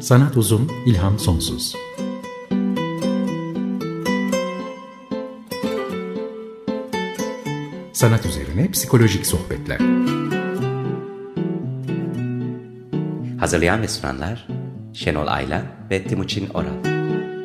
Sanat uzun, ilham sonsuz. Sanat üzerine psikolojik sohbetler. Hazırlayan ve sunanlar Şenol Aylan ve Timuçin Oral.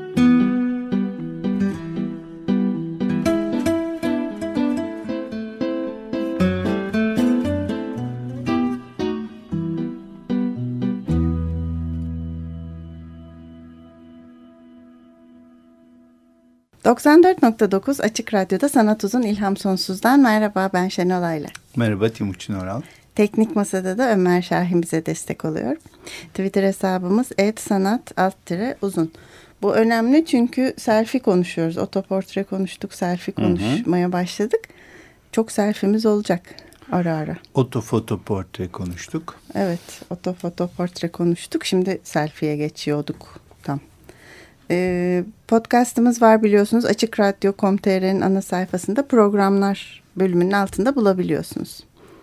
...94.9 Açık Radyo'da Sanat Uzun İlham Sonsuz'dan merhaba, ben Şenol Aylan. Merhaba, Timuçin Oral. Teknik Masa'da da Ömer Şahin bize destek oluyor. Twitter hesabımız @sanat_uzun. Bu önemli çünkü selfie konuşuyoruz. Otoportre konuştuk, selfie konuşmaya başladık. Çok selfie'miz olacak ara ara. Otofotoportre konuştuk. Evet, otofotoportre konuştuk. Şimdi selfie'ye geçiyorduk tam. Podcast'ımız var biliyorsunuz. Açık Radyo.com.tr'nin ana sayfasında programlar bölümünün altında bulabiliyorsunuz.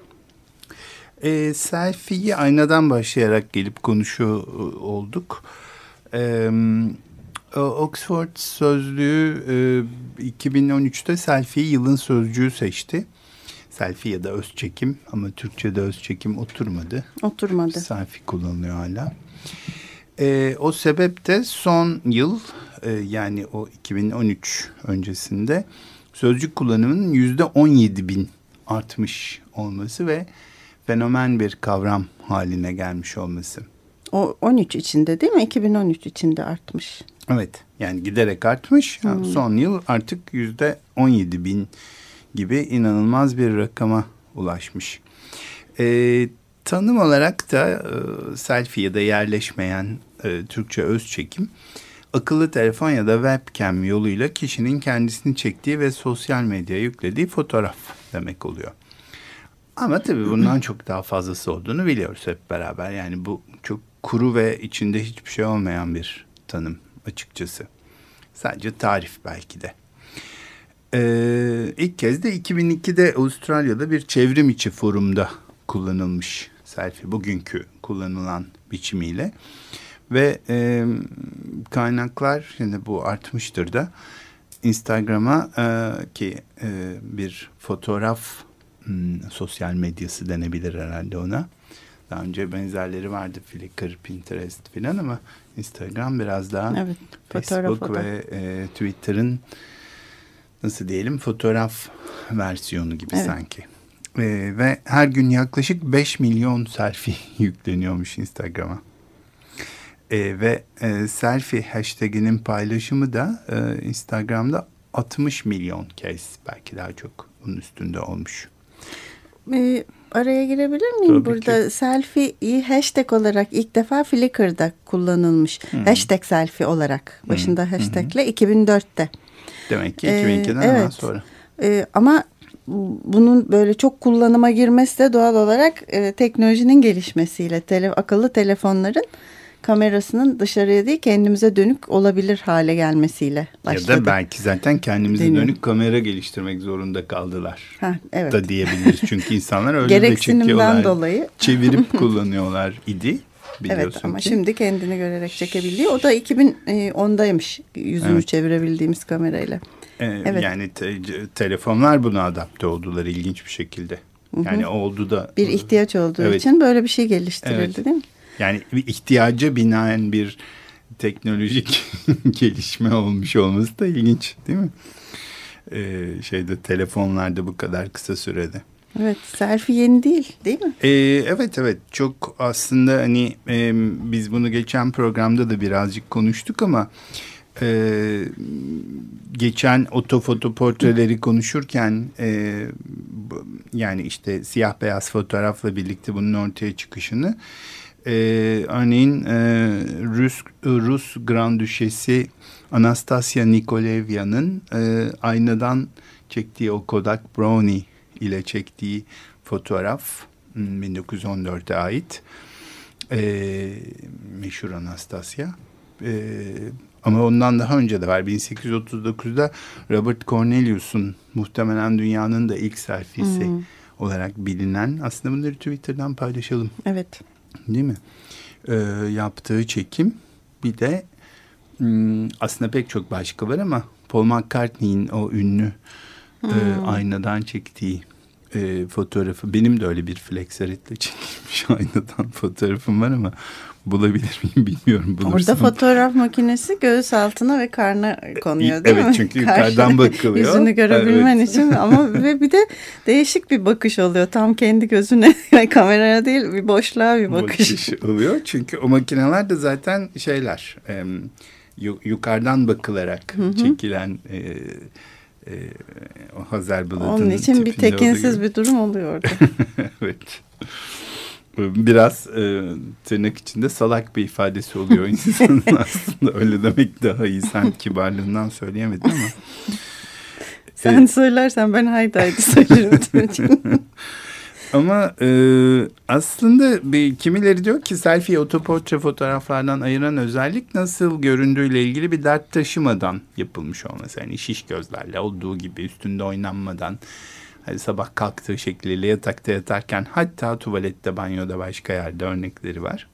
Selfie'yi aynadan başlayarak gelip konuşuyor olduk. Oxford Sözlüğü 2013'te selfie'yi yılın sözcüğü seçti. Selfie ya da öz çekim, ama Türkçe'de öz çekim oturmadı. Selfie kullanılıyor hala. O sebeple son yıl, yani o 2013 öncesinde sözcük kullanımının %17.000 artmış olması ve fenomen bir kavram haline gelmiş olması. O 13 içinde değil mi? 2013 içinde artmış. Evet, yani giderek artmış. Son yıl artık %17.000 gibi inanılmaz bir rakama ulaşmış. Tanım olarak da selfie ya da yerleşmeyen Türkçe öz çekim, akıllı telefon ya da webcam yoluyla kişinin kendisini çektiği ve sosyal medyaya yüklediği fotoğraf demek oluyor. Ama tabii bundan çok daha fazlası olduğunu biliyoruz hep beraber. Yani bu çok kuru ve içinde hiçbir şey olmayan bir tanım açıkçası. Sadece tarif belki de. İlk kez de 2002'de Avustralya'da bir çevrim içi forumda kullanılmış selfie, bugünkü kullanılan biçimiyle. Ve kaynaklar, şimdi bu artmıştır da, Instagram'a ki bir fotoğraf sosyal medyası denebilir herhalde ona. Daha önce benzerleri vardı, Flickr, Pinterest filan, ama Instagram biraz daha Facebook ve Twitter'ın nasıl diyelim fotoğraf versiyonu gibi sanki. Ve her gün yaklaşık 5 milyon selfie yükleniyormuş Instagram'a. Ve selfie hashtaginin paylaşımı da Instagram'da 60 milyon kez, belki daha çok bunun üstünde olmuş. Araya girebilir miyim? Tabii burada ki. Selfie'yi hashtag olarak ilk defa Flickr'da kullanılmış. Hashtag selfie olarak. Başında hashtagle 2004'te. Demek ki 2002'den hemen sonra. Ama bunun böyle çok kullanıma girmesi de doğal olarak teknolojinin gelişmesiyle, akıllı telefonların kamerasının dışarıya değil kendimize dönük olabilir hale gelmesiyle başladı. Ya da belki zaten kendimize dönük kamera geliştirmek zorunda kaldılar. Da diyebiliriz. Çünkü insanlar öyle de çekiyorlar. Dolayı. Çevirip kullanıyorlar idi. Evet, ama şimdi kendini görerek çekebiliyor. O da 2010'daymış yüzünü çevirebildiğimiz kamerayla. Evet. Yani telefonlar buna adapte oldular ilginç bir şekilde. Yani oldu da. Bir ihtiyaç olduğu için böyle bir şey geliştirildi değil mi? Yani bir ihtiyaca binaen bir teknolojik gelişme olmuş olması da ilginç değil mi? Telefonlarda bu kadar kısa sürede. Evet, selfie yeni değil mi? Evet, çok aslında hani biz bunu geçen programda da birazcık konuştuk ama geçen otofoto portreleri konuşurken yani işte siyah beyaz fotoğrafla birlikte bunun ortaya çıkışını, örneğin Rus Grand Düşesi Anastasia Nikolaevya'nın aynadan çektiği o Kodak Brownie ile çektiği fotoğraf 1914'e ait, meşhur Anastasia, ama ondan daha önce de var. 1839'da Robert Cornelius'un muhtemelen dünyanın da ilk selfiesi olarak bilinen, aslında bunları Twitter'dan paylaşalım. Evet. Değil mi? Yaptığı çekim Bir de aslında pek çok başka var ama Paul McCartney'in o ünlü aynadan çektiği fotoğrafı. Benim de öyle bir flexeretle çekilmiş aynadan fotoğrafım var ama bulabilir miyim bilmiyorum. Bulursam. Orada fotoğraf makinesi göğüs altına ve karnına konuyor değil mi? Evet, çünkü yukarıdan bakılıyor. Yüzünü görebilmen için ama ve bir de değişik bir bakış oluyor. Tam kendi gözüne ve kameraya değil, bir boşluğa bir bakış oluyor. Çünkü o makineler de zaten şeyler yukarıdan bakılarak çekilen o Hasselblad'ın onun için bir tekinsiz bir durum oluyor orada. Evet. Biraz tırnak içinde salak bir ifadesi oluyor insanın aslında. Öyle demek daha iyi. Sen kibarlığından söyleyemedin ama. Sen söylersen ben haydi haydi söylerim. Ama aslında kimileri diyor ki selfie otoportre fotoğraflardan ayıran özellik nasıl göründüğüyle ilgili bir dert taşımadan yapılmış olması. Yani şiş gözlerle olduğu gibi üstünde oynanmadan, hani sabah kalktığı şekliyle yatakta yatarken, hatta tuvalette, banyoda, başka yerde örnekleri var.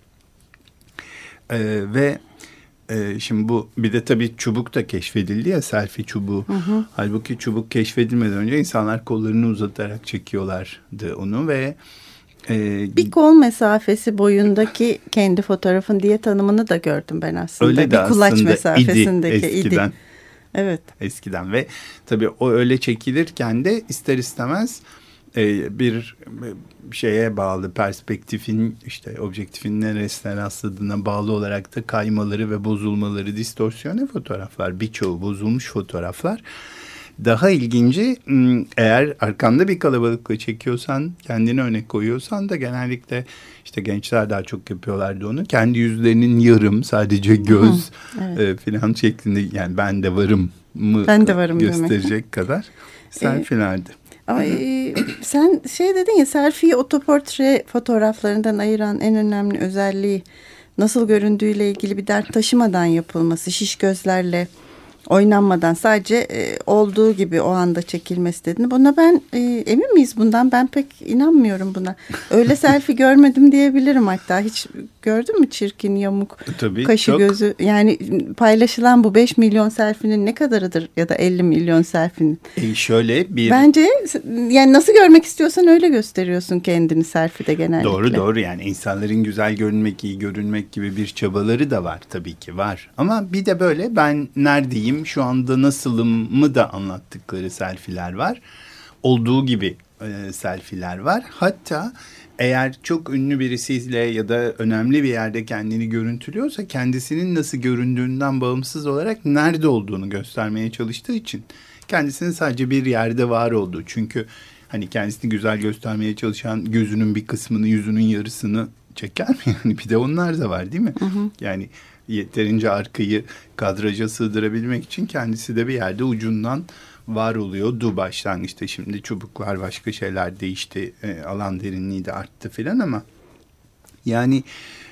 Ve şimdi bu bir de tabii çubuk da keşfedildi ya, selfie çubuğu. Halbuki çubuk keşfedilmeden önce insanlar kollarını uzatarak çekiyorlardı onu ve bir kol mesafesi boyundaki kendi fotoğrafın diye tanımını da gördüm ben aslında. Öyle de bir kulaç aslında mesafesindeki eskiden. Evet. Eskiden ve tabii o öyle çekilirken de ister istemez bir şeye bağlı, perspektifin, işte objektifin neresine rastladığına bağlı olarak da kaymaları ve bozulmaları, distorsiyone fotoğraflar, birçoğu bozulmuş fotoğraflar. Daha ilginci, eğer arkanda bir kalabalıkla çekiyorsan, kendine örnek koyuyorsan da genellikle işte gençler daha çok yapıyorlardı onu. Kendi yüzlerinin yarım, sadece göz falan şeklinde, yani ben de varım mı gösterecek demek kadar selfie'lerdi. Sen dedin ya, selfie'yi otoportre fotoğraflarından ayıran en önemli özelliği nasıl göründüğüyle ilgili bir dert taşımadan yapılması, şiş gözlerle oynanmadan, sadece olduğu gibi o anda çekilmesi dedin. Buna ben emin miyiz bundan? Ben pek inanmıyorum buna. Öyle selfie görmedim diyebilirim hatta. Hiç gördün mü çirkin, yamuk, tabii, kaşı çok. Gözü? Yani paylaşılan bu 5 milyon selfie'nin ne kadarıdır ya da 50 milyon selfie'nin? Şöyle bir... Bence yani nasıl görmek istiyorsan öyle gösteriyorsun kendini selfie'de genellikle. Doğru yani insanların güzel görünmek, iyi görünmek gibi bir çabaları da var, tabii ki var. Ama bir de böyle ben neredeyim, şu anda nasılımı da anlattıkları selfie'ler var. Olduğu gibi selfie'ler var. Hatta eğer çok ünlü birisiyle ya da önemli bir yerde kendini görüntülüyorsa, kendisinin nasıl göründüğünden bağımsız olarak nerede olduğunu göstermeye çalıştığı için kendisinin sadece bir yerde var olduğu. Çünkü hani kendisini güzel göstermeye çalışan gözünün bir kısmını, yüzünün yarısını çeker mi? Yani bir de onlar da var değil mi? Yani yeterince arkayı kadraja sığdırabilmek için kendisi de bir yerde ucundan var oluyordu başlangıçta. Şimdi çubuklar, başka şeyler değişti, alan derinliği de arttı filan ama yani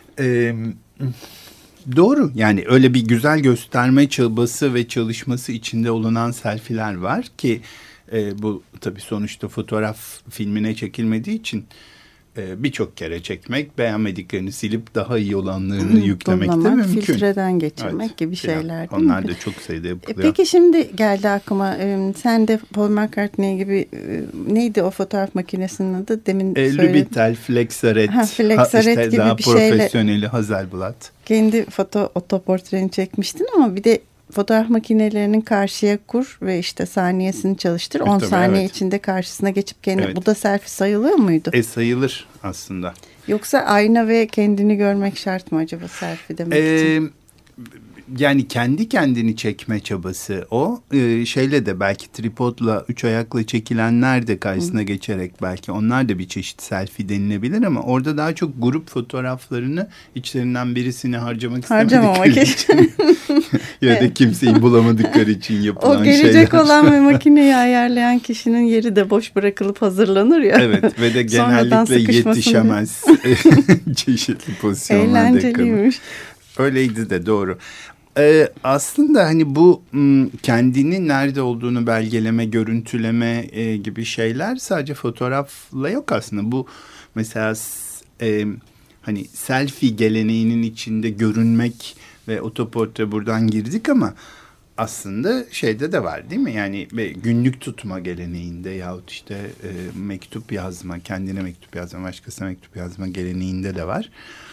doğru, yani öyle bir güzel gösterme çabası ve çalışması içinde olunan selfie'ler var ki bu tabii sonuçta fotoğraf filmine çekilmediği için birçok kere çekmek, beğenmediklerini silip daha iyi olanlarını yüklemek de mümkün. Filtreden geçirmek gibi şeyler değil onlar mi? da çok sayıda yapılıyor. Peki şimdi geldi aklıma, sen de Paul McCartney gibi, neydi o fotoğraf makinesinin adı? Demin söyledim. Lubitel, Flexaret, Flexaret gibi daha bir şeyle profesyoneli Hasselblad. Kendi otoportreni çekmiştin ama bir de fotoğraf makinelerinin karşıya kur ve işte saniyesini çalıştır. 10 saniye içinde karşısına geçip kendini. Bu da selfie sayılıyor muydu? Sayılır aslında. Yoksa ayna ve kendini görmek şart mı acaba selfie demek için? Yani kendi kendini çekme çabası o. Şeyle de belki tripodla, 3 ayakla çekilenler de karşısına geçerek belki onlar da bir çeşit selfie denilebilir ama orada daha çok grup fotoğraflarını içlerinden birisini harcamak için ya da kimseyi bulamadıkları için yapılan şeyler. O gelecek olan ve makineyi ayarlayan kişinin yeri de boş bırakılıp hazırlanır ya. Evet ve de genellikle yetişemez çeşitli pozisyonlarda. Eğlenceliymiş. Öyleydi de, doğru. Aslında hani bu kendini nerede olduğunu belgeleme, görüntüleme gibi şeyler sadece fotoğrafla yok aslında. Bu mesela hani selfie geleneğinin içinde görünmek ve otoportre buradan girdik ama aslında şeyde de var değil mi? Yani günlük tutma geleneğinde yahut işte mektup yazma, kendine mektup yazma, başkasına mektup yazma geleneğinde de var.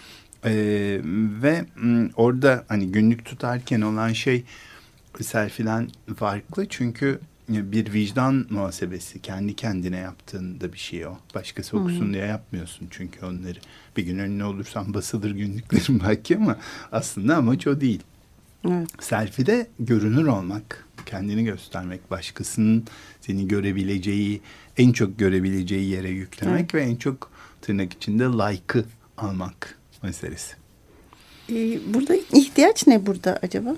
Ve orada hani günlük tutarken olan şey selfie'den farklı çünkü bir vicdan muhasebesi, kendi kendine yaptığın da bir şey o. Başkası okusun diye yapmıyorsun çünkü onları. Bir gün ünlü olursan basılır günlüklerin belki ama aslında amaç o değil. Evet. Selfie'de görünür olmak, kendini göstermek, başkasının seni görebileceği, en çok görebileceği yere yüklemek ve en çok tırnak içinde like'ı almak meselesi. Burada ihtiyaç ne burada acaba?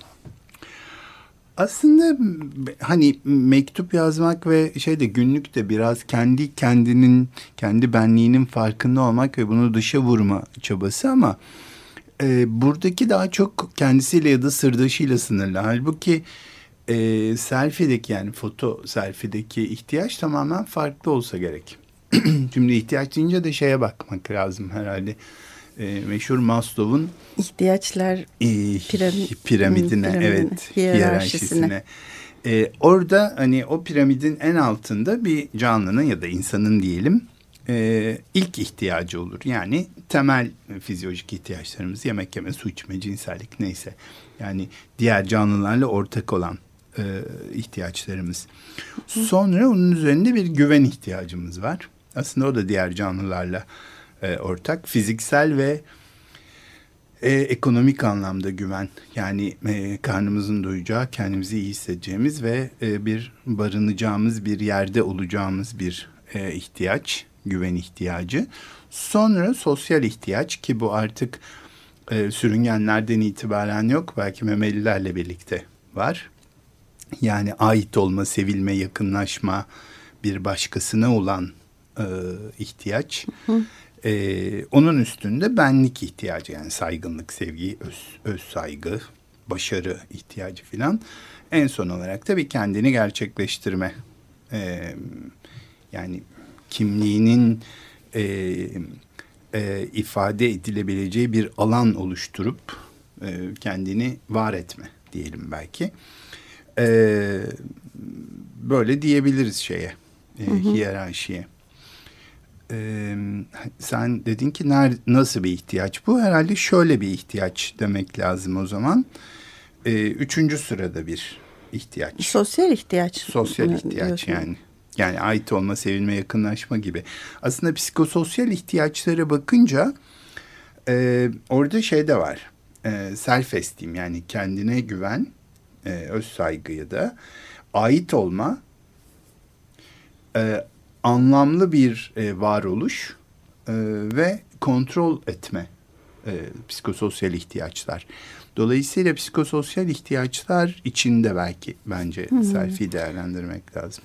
Aslında hani mektup yazmak ve günlük de biraz kendi benliğinin farkında olmak ve bunu dışa vurma çabası ama buradaki daha çok kendisiyle ya da sırdaşıyla sınırlı. Halbuki selfie'deki yani foto selfie'deki ihtiyaç tamamen farklı olsa gerek. Şimdi ihtiyaç deyince de şeye bakmak lazım herhalde. Meşhur Maslow'un ihtiyaçlar piramidine, evet, hiyerarşisine. Orada hani o piramidin en altında bir canlının ya da insanın diyelim ilk ihtiyacı olur. Yani temel fizyolojik ihtiyaçlarımız, yemek yeme, su içme, cinsellik neyse. Yani diğer canlılarla ortak olan ihtiyaçlarımız. Sonra onun üzerinde bir güven ihtiyacımız var. Aslında o da diğer canlılarla ortak. Fiziksel ve ekonomik anlamda güven. Yani karnımızın doyacağı, kendimizi iyi hissedeceğimiz ve bir barınacağımız bir yerde olacağımız bir ihtiyaç. Güven ihtiyacı. Sonra sosyal ihtiyaç ki bu artık sürüngenlerden itibaren yok. Belki memelilerle birlikte var. Yani ait olma, sevilme, yakınlaşma, bir başkasına olan ihtiyaç. Onun üstünde benlik ihtiyacı, yani saygınlık, sevgi, öz saygı, başarı ihtiyacı filan. En son olarak da bir kendini gerçekleştirme. Yani kimliğinin ifade edilebileceği bir alan oluşturup kendini var etme diyelim belki. Böyle diyebiliriz hiyerarşiye. Sen dedin ki nasıl bir ihtiyaç bu? Herhalde şöyle bir ihtiyaç demek lazım o zaman. 3. sırada bir ihtiyaç. Sosyal ihtiyaç. Sosyal ihtiyaç yani. Yani ait olma, sevilme, yakınlaşma gibi. Aslında psikososyal ihtiyaçlara bakınca orada de var. Self-esteem yani kendine güven, öz saygıya da ait olma, anlamlı bir varoluş ve kontrol etme psikososyal ihtiyaçlar. Dolayısıyla psikososyal ihtiyaçlar içinde bence selfie'yi değerlendirmek lazım.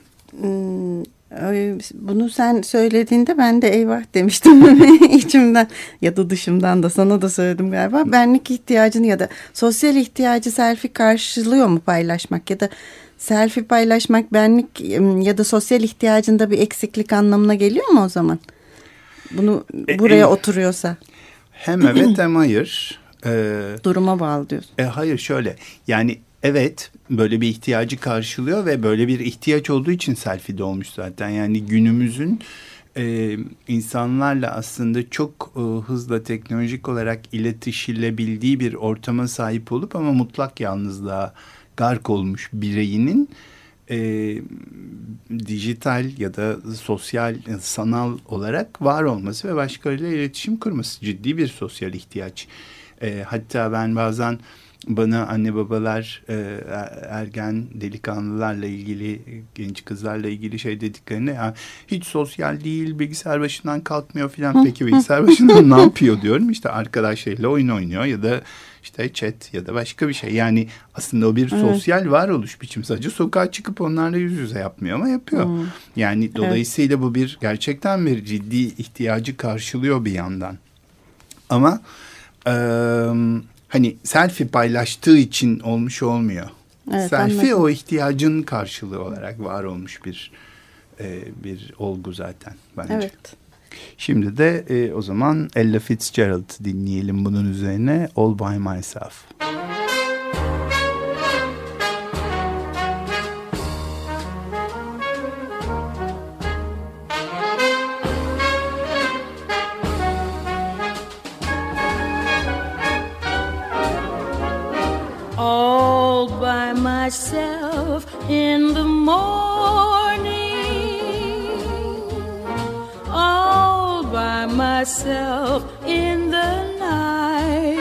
Bunu sen söylediğinde ben de eyvah demiştim içimden ya da dışımdan da sana da söyledim galiba. Benlik ihtiyacını ya da sosyal ihtiyacı selfie karşılıyor mu paylaşmak ya da selfie paylaşmak benlik ya da sosyal ihtiyacında bir eksiklik anlamına geliyor mu o zaman? Bunu buraya oturuyorsa. Hem evet hem hayır. Duruma bağlı diyorsun. Hayır şöyle yani evet böyle bir ihtiyacı karşılıyor ve böyle bir ihtiyaç olduğu için selfie'de olmuş zaten. Yani günümüzün insanlarla aslında çok hızla teknolojik olarak iletişilebildiği bir ortama sahip olup ama mutlak yalnızlığa gark olmuş bireyinin dijital ya da sosyal, sanal olarak var olması ve başkalarıyla iletişim kurması ciddi bir sosyal ihtiyaç. Hatta ben bazen bana anne babalar ergen delikanlılarla ilgili, genç kızlarla ilgili dediklerinde ya hiç sosyal değil, bilgisayar başından kalkmıyor filan. Peki bilgisayar başından ne yapıyor diyorum. İşte arkadaşlarıyla oyun oynuyor ya da işte chat ya da başka bir şey. Yani aslında o bir sosyal varoluş biçimi. Sadece sokağa çıkıp onlarla yüz yüze yapmıyor ama yapıyor. Yani dolayısıyla bu bir gerçekten bir ciddi ihtiyacı karşılıyor bir yandan. Ama hani selfie paylaştığı için olmuş olmuyor. Evet, selfie anladım. O ihtiyacın karşılığı olarak var olmuş bir olgu zaten bence. Evet. Şimdi de o zaman Ella Fitzgerald dinleyelim bunun üzerine All By Myself. myself in the morning, all by myself in the night.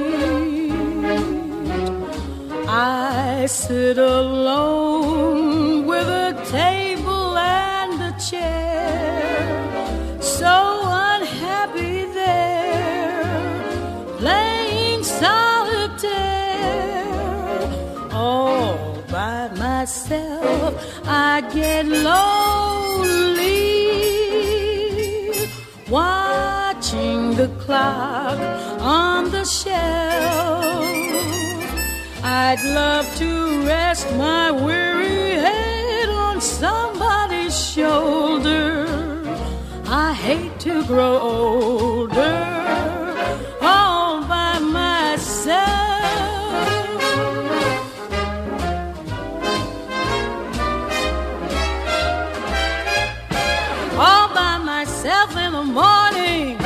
I sit alone with a table and a chair, so unhappy there, playing solitaire. All by myself I get lonely, watching the clock on the shelf. I'd love to rest my weary head on somebody's shoulder. I hate to grow older all by myself. All by myself in the morning,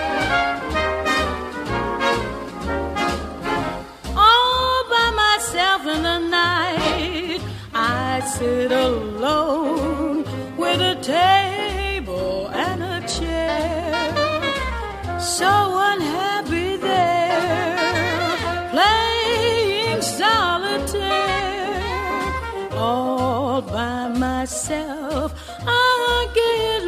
in the night. I sit alone with a table and a chair, so unhappy there, playing solitaire. All by myself I get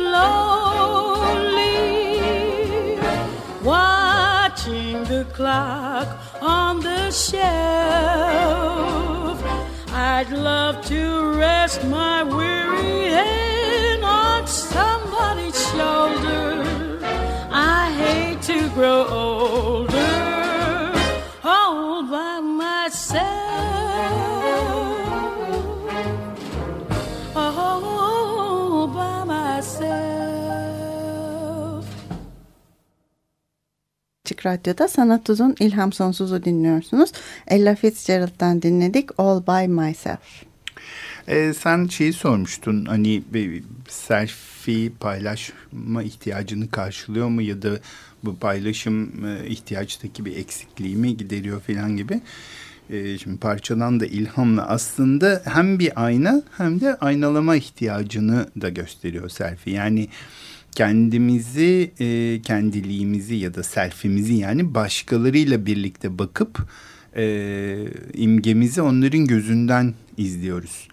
lonely, watching the clock on the shelf. I'd love to rest my weary head on somebody's shoulder. I hate to grow older all by myself, all by myself. Açık Radyo'da Sanat Uzun, İlham Sonsuz'u dinliyorsunuz. Ella Fitzgerald'dan dinledik All By Myself. Sen şeyi sormuştun, hani selfie paylaşma ihtiyacını karşılıyor mu ya da bu paylaşım ihtiyaçtaki bir eksikliği mi gideriyor falan gibi. Şimdi parçadan da ilhamla aslında hem bir ayna hem de aynalama ihtiyacını da gösteriyor selfie. Yani kendimizi, kendiliğimizi ya da selfie'mizi yani başkalarıyla birlikte bakıp imgemizi onların gözünden izliyoruz.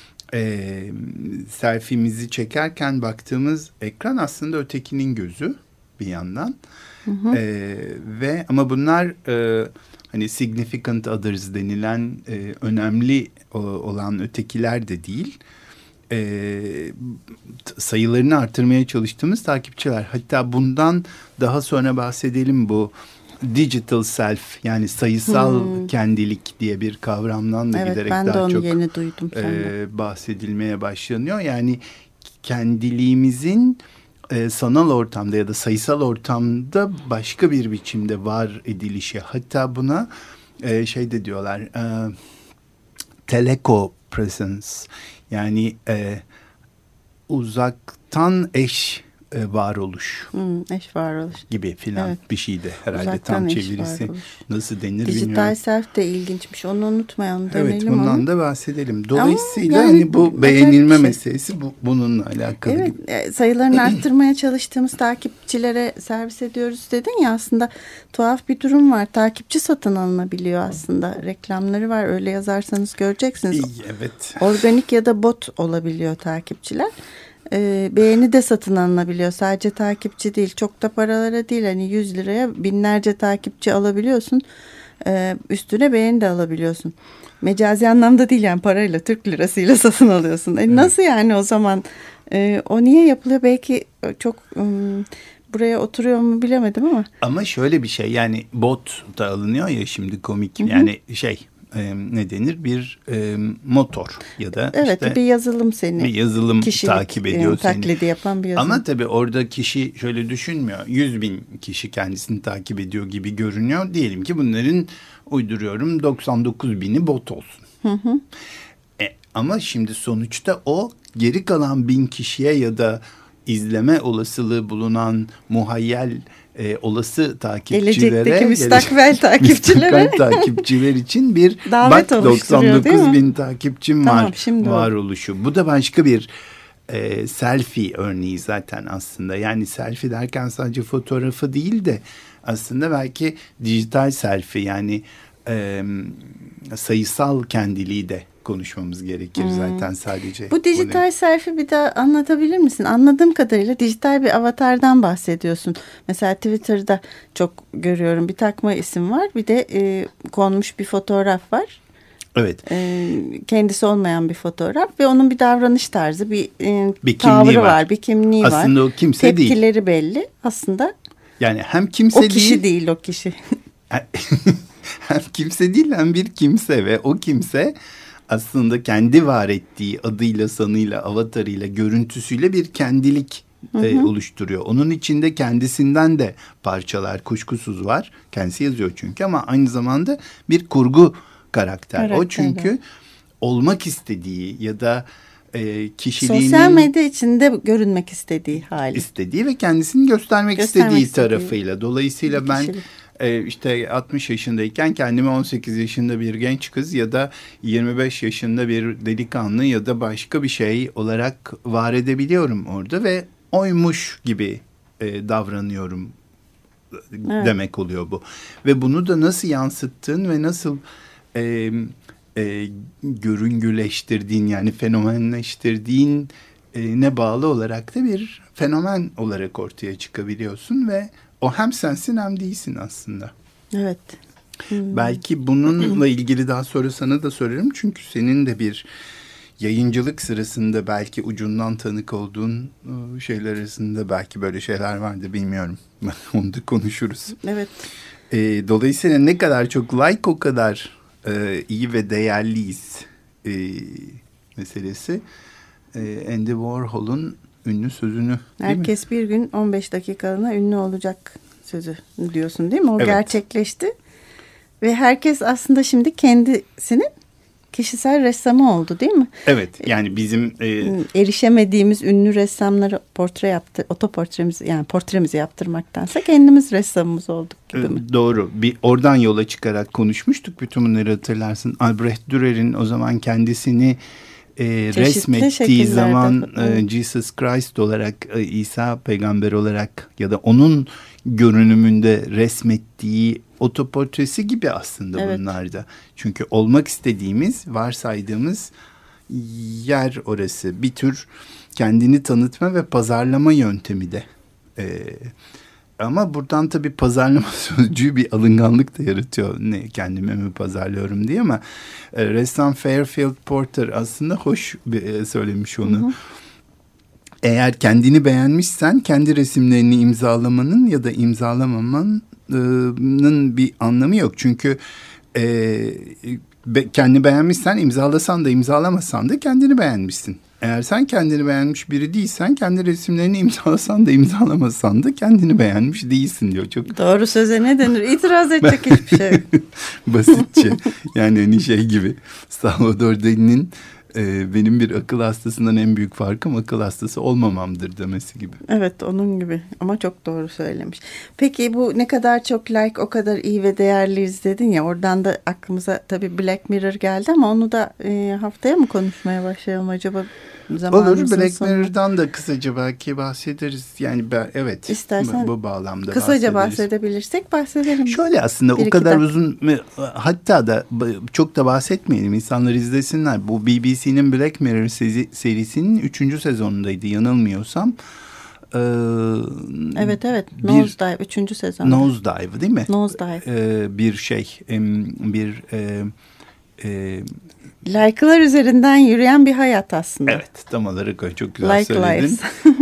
Selfie'mizi çekerken baktığımız ekran aslında ötekinin gözü bir yandan. Hı hı. Ve ama bunlar hani significant others denilen önemli olan ötekiler de değil. Sayılarını artırmaya çalıştığımız takipçiler. Hatta bundan daha sonra bahsedelim, bu digital self yani sayısal kendilik diye bir kavramdan da giderek daha çok yeni duydum bahsedilmeye başlanıyor. Yani kendiliğimizin sanal ortamda ya da sayısal ortamda başka bir biçimde var edilişi. Hatta buna şey de diyorlar, teleko presence. Yani uzaktan eş varoluş. Eş varoluş. Gibi filan evet. Bir şeydi herhalde uzaktan tam çevirisi. Nasıl denir dijital bilmiyorum. Dijital self de ilginçmiş. Onu unutmayalım. Evet, bundan onu da bahsedelim. Dolayısıyla yani hani bu beğenilme meselesi bununla alakalı. Evet, sayılarını arttırmaya çalıştığımız takipçilere servis ediyoruz dedin ya, aslında tuhaf bir durum var. Takipçi satın alınabiliyor aslında. Reklamları var. Öyle yazarsanız göreceksiniz. Evet. Organik ya da bot olabiliyor takipçiler. Beğeni de satın alınabiliyor. Sadece takipçi değil. Çok da paralara değil. Hani 100 liraya binlerce takipçi alabiliyorsun. Üstüne beğeni de alabiliyorsun. Mecazi anlamda değil yani, parayla, Türk lirasıyla satın alıyorsun. Evet. Nasıl yani o zaman? O niye yapılıyor? Belki çok buraya oturuyor mu bilemedim ama. Ama şöyle bir şey, yani bot da alınıyor ya şimdi, komik. Hı-hı. Yani ne denir, bir motor ya da evet, işte bir yazılım seni. Bir yazılım kişilik, takip ediyor seni. Taklidi yapan bir yazılım. Ama tabii orada kişi şöyle düşünmüyor. 100.000 kişi kendisini takip ediyor gibi görünüyor. Diyelim ki bunların, uyduruyorum, 99.000'i bot olsun. Hı. Ama şimdi sonuçta o geri kalan 1000 kişiye ya da izleme olasılığı bulunan muhayyel olası takipçilere, gelecekteki müstakbel takipçiler için bir davet bak 99.000 takipçim var varoluşu. Bu da başka bir selfie örneği zaten aslında. Yani selfie derken sadece fotoğrafı değil de aslında belki dijital selfie, yani sayısal kendiliği de konuşmamız gerekir zaten sadece. Bu dijital selfie bir daha anlatabilir misin? Anladığım kadarıyla dijital bir avatardan bahsediyorsun. Mesela Twitter'da çok görüyorum, bir takma isim var, bir de konmuş bir fotoğraf var. Evet. Kendisi olmayan bir fotoğraf ve onun bir davranış tarzı, bir tavrı var, bir kimliği var. Aslında o kimse değil. Tepkileri belli aslında. Yani hem kimse o kişi değil o kişi. Hem kimse değil hem bir kimse ve o kimse aslında kendi var ettiği adıyla, sanıyla, avatarıyla, görüntüsüyle bir kendilik oluşturuyor. Onun içinde kendisinden de parçalar kuşkusuz var. Kendisi yazıyor çünkü, ama aynı zamanda bir kurgu karakter. O çünkü olmak istediği ya da kişiliğinin... Sosyal medya içinde görünmek istediği hali. İstediği ve kendisini göstermek istediği tarafıyla. Dolayısıyla ben... işte 60 yaşındayken kendimi 18 yaşında bir genç kız ya da 25 yaşında bir delikanlı ya da başka bir şey olarak var edebiliyorum orada ve oymuş gibi davranıyorum demek oluyor bu. Ve bunu da nasıl yansıttığın ve nasıl görüngüleştirdiğin, yani fenomenleştirdiğin ne bağlı olarak da bir fenomen olarak ortaya çıkabiliyorsun ve o hem sensin hem değilsin aslında. Evet. Belki bununla ilgili daha sonra sana da sorarım. Çünkü senin de bir yayıncılık sırasında belki ucundan tanık olduğun şeyler arasında belki böyle şeyler vardı, bilmiyorum. Onu da konuşuruz. Evet. Dolayısıyla ne kadar çok like o kadar iyi ve değerliyiz meselesi. Andy Warhol'un ünlü sözünü, herkes bir gün 15 dakikalığına ünlü olacak sözü diyorsun değil mi? O gerçekleşti. Ve herkes aslında şimdi kendisinin kişisel ressamı oldu değil mi? Evet, yani bizim erişemediğimiz ünlü ressamlara portremizi yaptırmaktansa kendimiz ressamımız olduk gibi mi? Doğru. Oradan yola çıkarak konuşmuştuk. Bütün bunları hatırlarsın. Albrecht Dürer'in o zaman kendisini resmettiği zaman Jesus Christ olarak, İsa peygamber olarak ya da onun görünümünde resmettiği otoportresi gibi aslında bunlar da. Çünkü olmak istediğimiz, varsaydığımız yer orası. Bir tür kendini tanıtma ve pazarlama yöntemi de. Ama buradan tabii pazarlama sözcüğü bir alınganlık da yaratıyor. Ne, kendime mi pazarlıyorum diye, ama ressam Fairfield Porter aslında hoş söylemiş onu. Eğer kendini beğenmişsen kendi resimlerini imzalamanın ya da imzalamamanın bir anlamı yok. Çünkü kendini beğenmişsen imzalasan da imzalamasan da kendini beğenmişsin. Eğer sen kendini beğenmiş biri değilsen kendi resimlerini imzalasan da imzalamasan da kendini beğenmiş değilsin diyor. Çok doğru söze ne denir? İtiraz edecek hiçbir şey. Basitçe. Yani hani şey gibi, Salvador Dali'nin benim bir akıl hastasından en büyük farkım akıl hastası olmamamdır demesi gibi. Evet, onun gibi, ama çok doğru söylemiş. Peki bu ne kadar çok like o kadar iyi ve değerliyiz dedin ya, oradan da aklımıza tabii Black Mirror geldi, ama onu da haftaya mı konuşmaya başlayalım acaba? Olur, Black Mirror'dan da kısaca belki bahsederiz. Yani evet, İstersen bu bağlamda kısaca bahsedebilirsek bahsedelim. Şöyle aslında o kadar uzun, hatta da çok da bahsetmeyelim, insanlar izlesinler. Bu BBC'nin Black Mirror serisinin 3. sezonundaydı yanılmıyorsam. Evet. Nosedive 3. sezon. Nosedive değil mi? Nosedive. Bir like'lar üzerinden yürüyen bir hayat aslında. Evet, tam olarak çok güzel söyledin.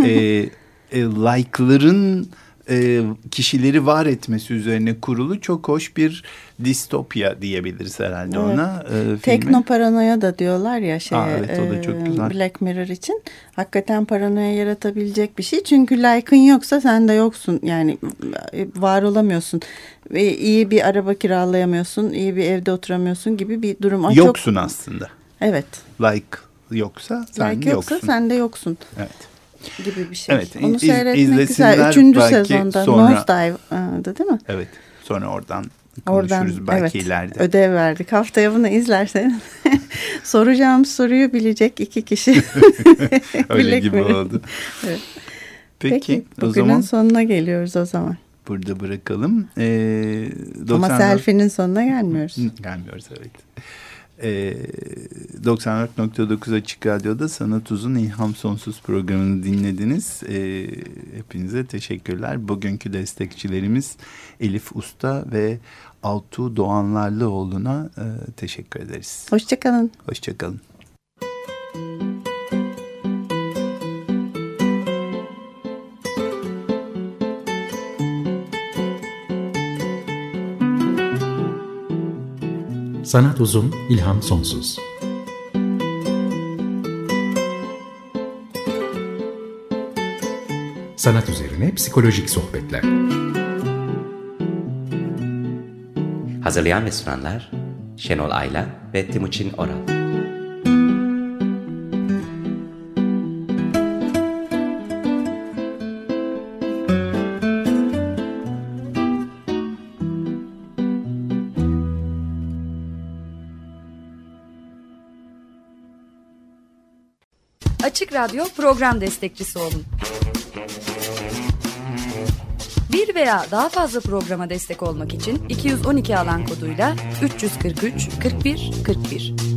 Like'ların kişileri var etmesi üzerine kurulu çok hoş bir distopya diyebiliriz herhalde ona. Teknoparanoya da diyorlar ya evet, o da çok güzel. Black Mirror için. Hakikaten paranoya yaratabilecek bir şey. Çünkü like'ın yoksa sen de yoksun. Yani var olamıyorsun. Ve iyi bir araba kiralayamıyorsun. İyi bir evde oturamıyorsun gibi bir durum. Yoksun aslında. Evet. Like yoksa sen yoksun. Sen de yoksun. Evet. gibi bir şey. Evet, onu seyretmek güzel. 3. sezonda Nosedive'dı değil mi? Evet. Sonra oradan konuşuruz belki ileride. Ödev verdik. Haftaya bunu izlerseniz soracağım soruyu bilecek 2 kişi. Öyle gibi oldu. Evet. Peki o bugünün zaman sonuna geliyoruz o zaman. Burada bırakalım. Ama selfie'nin sonuna gelmiyoruz. Gelmiyoruz, evet. 94.9 Açık Radyo'da Sanat Uzun İlham Sonsuz programını dinlediniz. Hepinize teşekkürler. Bugünkü destekçilerimiz Elif Usta ve Altuğ Doğanlarlıoğlu'na teşekkür ederiz. Hoşçakalın. Hoşçakalın. Sanat uzun, ilham sonsuz. Sanat üzerine psikolojik sohbetler. Hazırlayan ve sunanlar Şenol Aylan ve Timuçin Oral. Açık Radyo program destekçisi olun. Bir veya daha fazla programa destek olmak için 212 alan koduyla 343 41 41